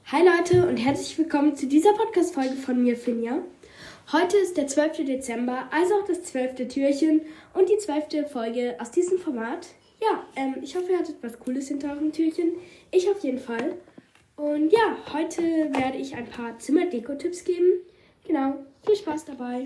Hi Leute und herzlich willkommen zu dieser Podcast-Folge von mir, Finja. Heute ist der 12. Dezember, also auch das 12. Türchen und die 12. Folge aus diesem Format. Ja, ich hoffe, ihr hattet was Cooles hinter eurem Türchen. Ich auf jeden Fall. Und ja, heute werde ich ein paar Zimmerdeko-Tipps geben. Genau, viel Spaß dabei.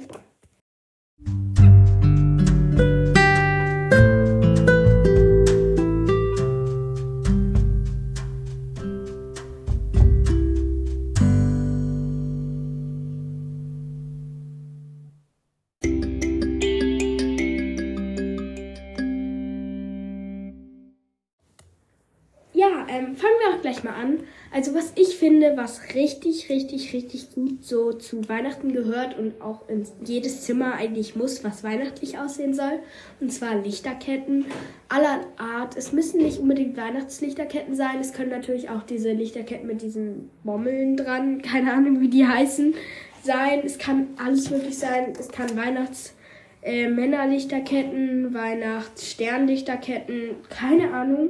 Ja, fangen wir auch gleich mal an. Also was ich finde, was richtig gut so zu Weihnachten gehört und auch in jedes Zimmer eigentlich muss, was weihnachtlich aussehen soll. Und zwar Lichterketten aller Art. Es müssen nicht unbedingt Weihnachtslichterketten sein. Es können natürlich auch diese Lichterketten mit diesen Bommeln dran, keine Ahnung wie die heißen, sein. Es kann alles möglich sein. Es kann Männerlichterketten, Weihnachtssternlichterketten, keine Ahnung.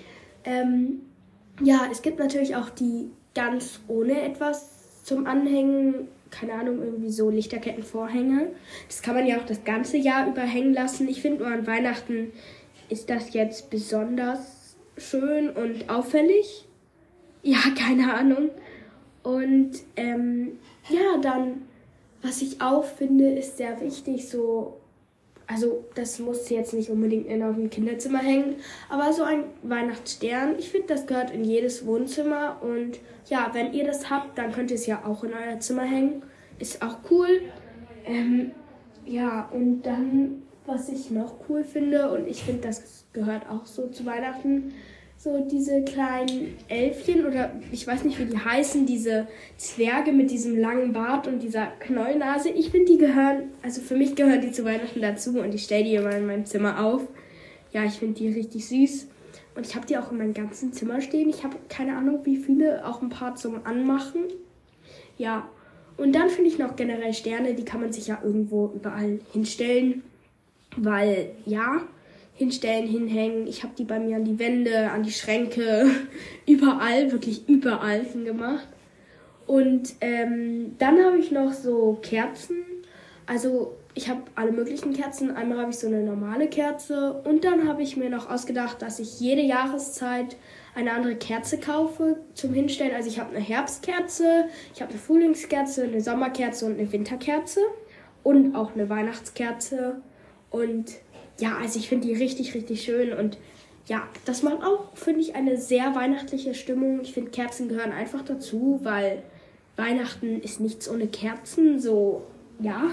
Ja, es gibt natürlich auch die ganz ohne etwas zum Anhängen, keine Ahnung, irgendwie so Lichterkettenvorhänge. Das kann man ja auch das ganze Jahr über hängen lassen. Ich finde nur an Weihnachten ist das jetzt besonders schön und auffällig. Ja, keine Ahnung. Und ja, dann, was ich auch finde, ist sehr wichtig, also das muss jetzt nicht unbedingt in eurem Kinderzimmer hängen, aber so ein Weihnachtsstern, ich finde, das gehört in jedes Wohnzimmer. Und ja, wenn ihr das habt, dann könnt ihr es ja auch in euer Zimmer hängen. Ist auch cool. Ja, und dann, was ich noch cool finde, und ich finde, das gehört auch so zu Weihnachten, so diese kleinen Elfchen oder ich weiß nicht, wie die heißen, diese Zwerge mit diesem langen Bart und dieser Knollnase. Ich finde, also für mich gehören die zu Weihnachten dazu und ich stelle die immer in meinem Zimmer auf. Ja, ich finde die richtig süß und ich habe die auch in meinem ganzen Zimmer stehen. Ich habe keine Ahnung, wie viele, auch ein paar zum Anmachen. Ja, und dann finde ich noch generell Sterne, die kann man sich ja irgendwo überall hinstellen, weil ja, hinstellen, hinhängen. Ich habe die bei mir an die Wände, an die Schränke, überall, wirklich überall hingemacht. Und dann habe ich noch so Kerzen. Also ich habe alle möglichen Kerzen. Einmal habe ich so eine normale Kerze und dann habe ich mir noch ausgedacht, dass ich jede Jahreszeit eine andere Kerze kaufe zum Hinstellen. Also ich habe eine Herbstkerze, ich habe eine Frühlingskerze, eine Sommerkerze und eine Winterkerze und auch eine Weihnachtskerze. Und ja, also ich finde die richtig schön und ja, das macht auch, finde ich, eine sehr weihnachtliche Stimmung. Ich finde, Kerzen gehören einfach dazu, weil Weihnachten ist nichts ohne Kerzen, so, ja.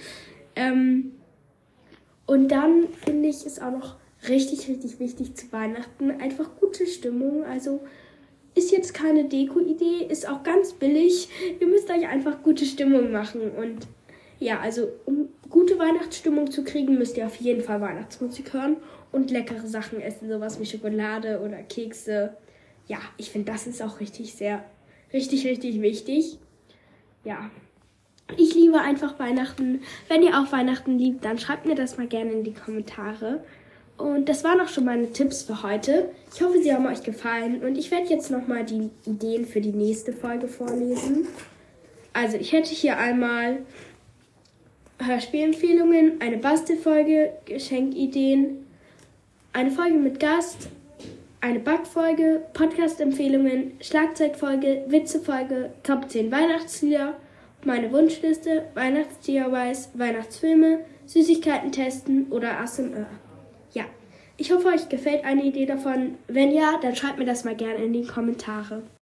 Und dann finde ich, ist auch noch richtig wichtig zu Weihnachten einfach gute Stimmung. Also ist jetzt keine Deko-Idee, ist auch ganz billig. Ihr müsst euch einfach gute Stimmung machen und ja, also um gute Weihnachtsstimmung zu kriegen, müsst ihr auf jeden Fall Weihnachtsmusik hören und leckere Sachen essen, sowas wie Schokolade oder Kekse. Ja, ich finde, das ist auch richtig wichtig. Ja, ich liebe einfach Weihnachten. Wenn ihr auch Weihnachten liebt, dann schreibt mir das mal gerne in die Kommentare. Und das waren auch schon meine Tipps für heute. Ich hoffe, sie haben euch gefallen und ich werde jetzt nochmal die Ideen für die nächste Folge vorlesen. Also, ich hätte hier einmal Hörspielempfehlungen, eine Bastelfolge, Geschenkideen, eine Folge mit Gast, eine Backfolge, Podcast-Empfehlungen, Schlagzeugfolge, Witzefolge, Top 10 Weihnachtslieder, meine Wunschliste, Weihnachts-DIYs, Weihnachtsfilme, Süßigkeiten testen oder ASMR. Ja, ich hoffe, euch gefällt eine Idee davon. Wenn ja, dann schreibt mir das mal gerne in die Kommentare.